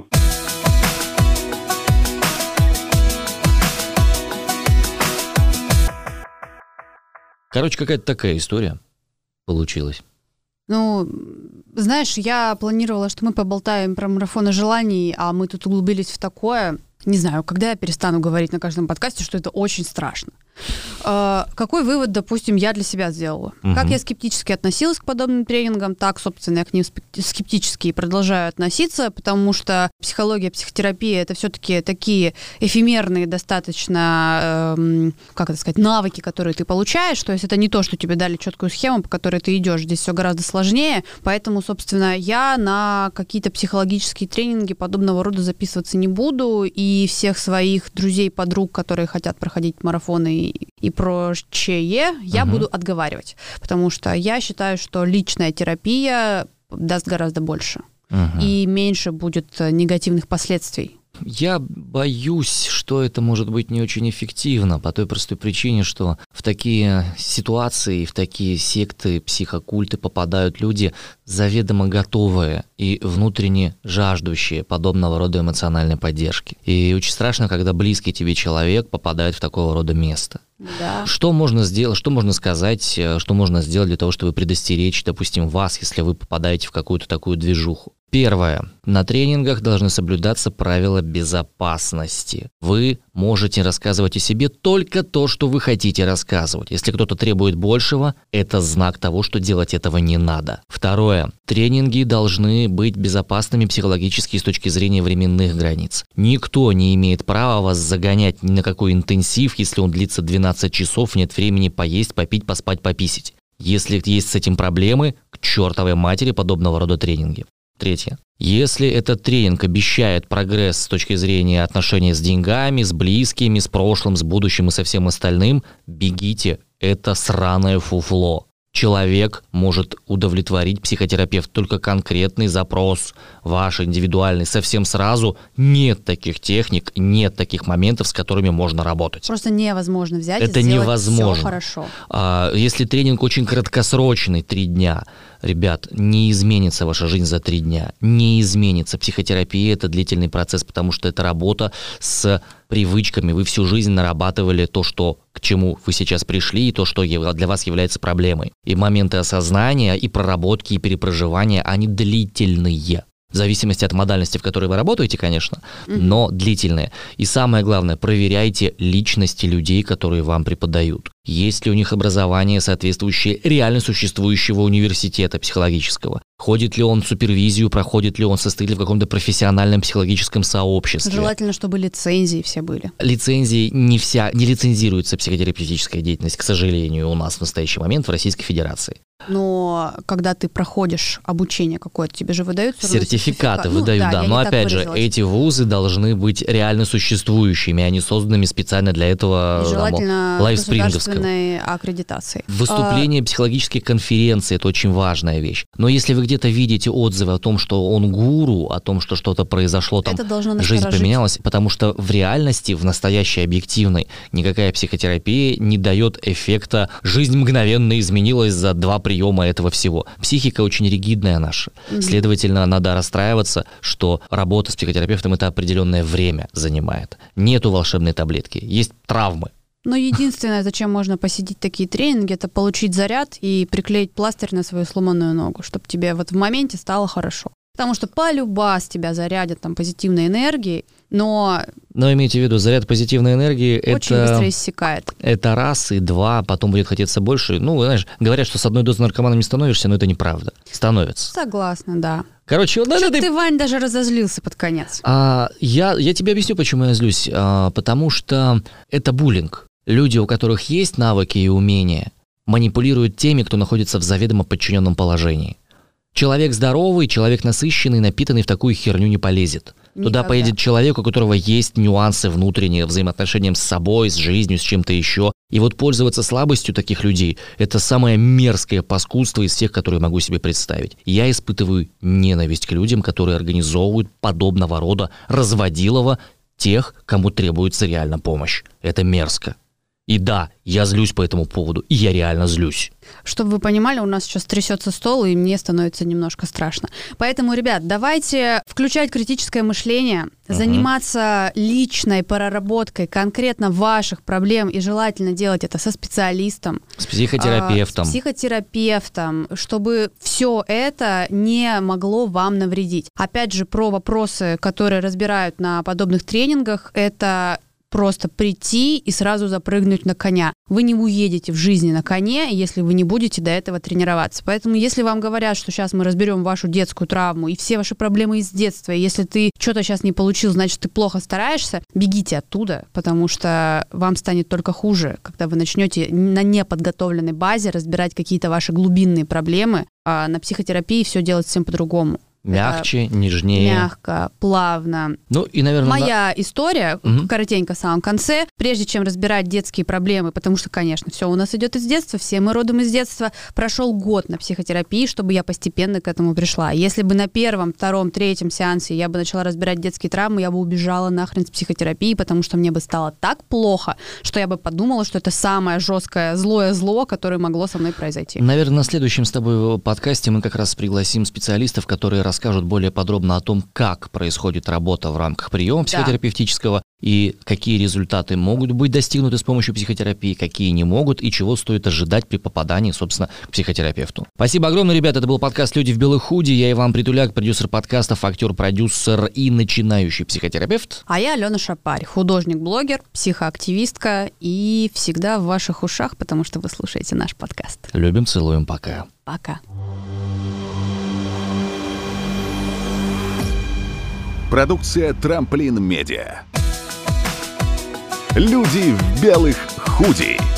Короче, какая-то такая история получилась. Знаешь, я планировала, что мы поболтаем про марафоны желаний, а мы тут углубились в такое. Не знаю, когда я перестану говорить на каждом подкасте, что это очень страшно. Какой вывод, допустим, я для себя сделала? Как я скептически относилась к подобным тренингам, так, собственно, я к ним скептически продолжаю относиться, потому что психология, психотерапия — это все-таки такие эфемерные достаточно, навыки, которые ты получаешь, то есть это не то, что тебе дали четкую схему, по которой ты идешь, здесь все гораздо сложнее, поэтому, собственно, я на какие-то психологические тренинги подобного рода записываться не буду, и всех своих друзей, подруг, которые хотят проходить марафоны и прочее, я буду отговаривать, потому что я считаю, что личная терапия даст гораздо больше и меньше будет негативных последствий. Я боюсь, что это может быть не очень эффективно по той простой причине, что в такие ситуации, в такие секты, психокульты попадают люди заведомо готовые и внутренне жаждущие подобного рода эмоциональной поддержки. И очень страшно, когда близкий тебе человек попадает в такого рода место. Да. Что можно сделать, что можно сказать, что можно сделать для того, чтобы предостеречь, допустим, вас, если вы попадаете в какую-то такую движуху? Первое. На тренингах должны соблюдаться правила безопасности. Вы можете рассказывать о себе только то, что вы хотите рассказывать. Если кто-то требует большего, это знак того, что делать этого не надо. Второе. Тренинги должны быть безопасными психологически с точки зрения временных границ. Никто не имеет права вас загонять ни на какой интенсив, если он длится 12 часов, нет времени поесть, попить, поспать, пописить. Если есть с этим проблемы, к чертовой матери подобного рода тренинги. Третье. Если этот тренинг обещает прогресс с точки зрения отношений с деньгами, с близкими, с прошлым, с будущим и со всем остальным, бегите, это сраное фуфло. Человек может удовлетворить психотерапевт только конкретный запрос, ваш индивидуальный, совсем сразу. Нет таких техник, нет таких моментов, с которыми можно работать. Просто невозможно взять это и сделать невозможно. Все хорошо. Если тренинг очень краткосрочный, 3 дня, ребят, не изменится ваша жизнь за 3 дня. Не изменится. Психотерапия – это длительный процесс, потому что это работа с привычками. Вы всю жизнь нарабатывали то, к чему вы сейчас пришли, и то, что для вас является проблемой. И моменты осознания, и проработки, и перепроживания, они длительные. В зависимости от модальности, в которой вы работаете, конечно, но длительные. И самое главное, проверяйте личности людей, которые вам преподают. Есть ли у них образование, соответствующее реально существующего университета психологического? Ходит ли он супервизию, проходит ли он, состоит ли в каком-то профессиональном психологическом сообществе? Желательно, чтобы лицензии все были. Лицензии не лицензируется психотерапевтическая деятельность, к сожалению, у нас в настоящий момент в Российской Федерации. Но когда ты проходишь обучение какое-то, тебе же выдают сертификаты выдают, да. Но опять же, эти вузы должны быть реально существующими, а не созданными специально для этого лайвспринговского. Государственной аккредитации. Выступление психологических конференций – это очень важная вещь. Но если вы где-то видите отзывы о том, что он гуру, о том, что что-то произошло, там жизнь поменялась, потому что в реальности, в настоящей объективной, никакая психотерапия не дает эффекта «жизнь мгновенно изменилась за 2 приема этого всего». Психика очень ригидная наша. Следовательно, надо расстраиваться, что работа с психотерапевтом это определенное время занимает. Нету волшебной таблетки, есть травмы. Но единственное, зачем можно посетить такие тренинги, это получить заряд и приклеить пластырь на свою сломанную ногу, чтобы тебе вот в моменте стало хорошо. Потому что полюбас тебя зарядят там позитивной энергией, но имейте в виду, заряд позитивной энергии очень быстро иссякает. Это раз и два, потом будет хотеться больше. Знаешь, говорят, что с одной дозы наркоманом не становишься, но это неправда. Становится. Согласна, да. Короче, ты, Вань, даже разозлился под конец. Я тебе объясню, почему я злюсь. Потому что это буллинг. Люди, у которых есть навыки и умения, манипулируют теми, кто находится в заведомо подчиненном положении. Человек здоровый, человек насыщенный, напитанный в такую херню не полезет. Туда поедет человек, у которого есть нюансы внутренние, взаимоотношения с собой, с жизнью, с чем-то еще. И вот пользоваться слабостью таких людей – это самое мерзкое паскудство из всех, которые могу себе представить. Я испытываю ненависть к людям, которые организовывают подобного рода разводилово тех, кому требуется реально помощь. Это мерзко. И да, я злюсь по этому поводу, и я реально злюсь. Чтобы вы понимали, у нас сейчас трясется стол, и мне становится немножко страшно. Поэтому, ребят, давайте включать критическое мышление, заниматься личной проработкой конкретно ваших проблем, и желательно делать это со специалистом. С психотерапевтом. Чтобы все это не могло вам навредить. Опять же, про вопросы, которые разбирают на подобных тренингах, это просто прийти и сразу запрыгнуть на коня. Вы не уедете в жизни на коне, если вы не будете до этого тренироваться. Поэтому, если вам говорят, что сейчас мы разберем вашу детскую травму и все ваши проблемы из детства, и если ты что-то сейчас не получил, значит, ты плохо стараешься, бегите оттуда, потому что вам станет только хуже, когда вы начнете на неподготовленной базе разбирать какие-то ваши глубинные проблемы, а на психотерапии все делать всем по-другому. Мягче, нежнее. Мягко, плавно. И, наверное, моя история, коротенько в самом конце, прежде чем разбирать детские проблемы, потому что, конечно, все у нас идет из детства, все мы родом из детства, прошел год на психотерапии, чтобы я постепенно к этому пришла. Если бы на 1-м, 2-м, 3-м сеансе я бы начала разбирать детские травмы, я бы убежала нахрен с психотерапии, потому что мне бы стало так плохо, что я бы подумала, что это самое жесткое злое зло, которое могло со мной произойти. Наверное, на следующем с тобой подкасте мы как раз пригласим специалистов, которые расскажут более подробно о том, как происходит работа в рамках приема психотерапевтического и какие результаты могут быть достигнуты с помощью психотерапии, какие не могут и чего стоит ожидать при попадании, собственно, к психотерапевту. Спасибо огромное, ребята. Это был подкаст «Люди в белых худи». Я Иван Притуляк, продюсер подкастов, актер, продюсер и начинающий психотерапевт. А я Алена Шапарь, художник-блогер, психоактивистка и всегда в ваших ушах, потому что вы слушаете наш подкаст. Любим, целуем, пока. Пока. Продукция «Трамплин Медиа». Люди в белых худи.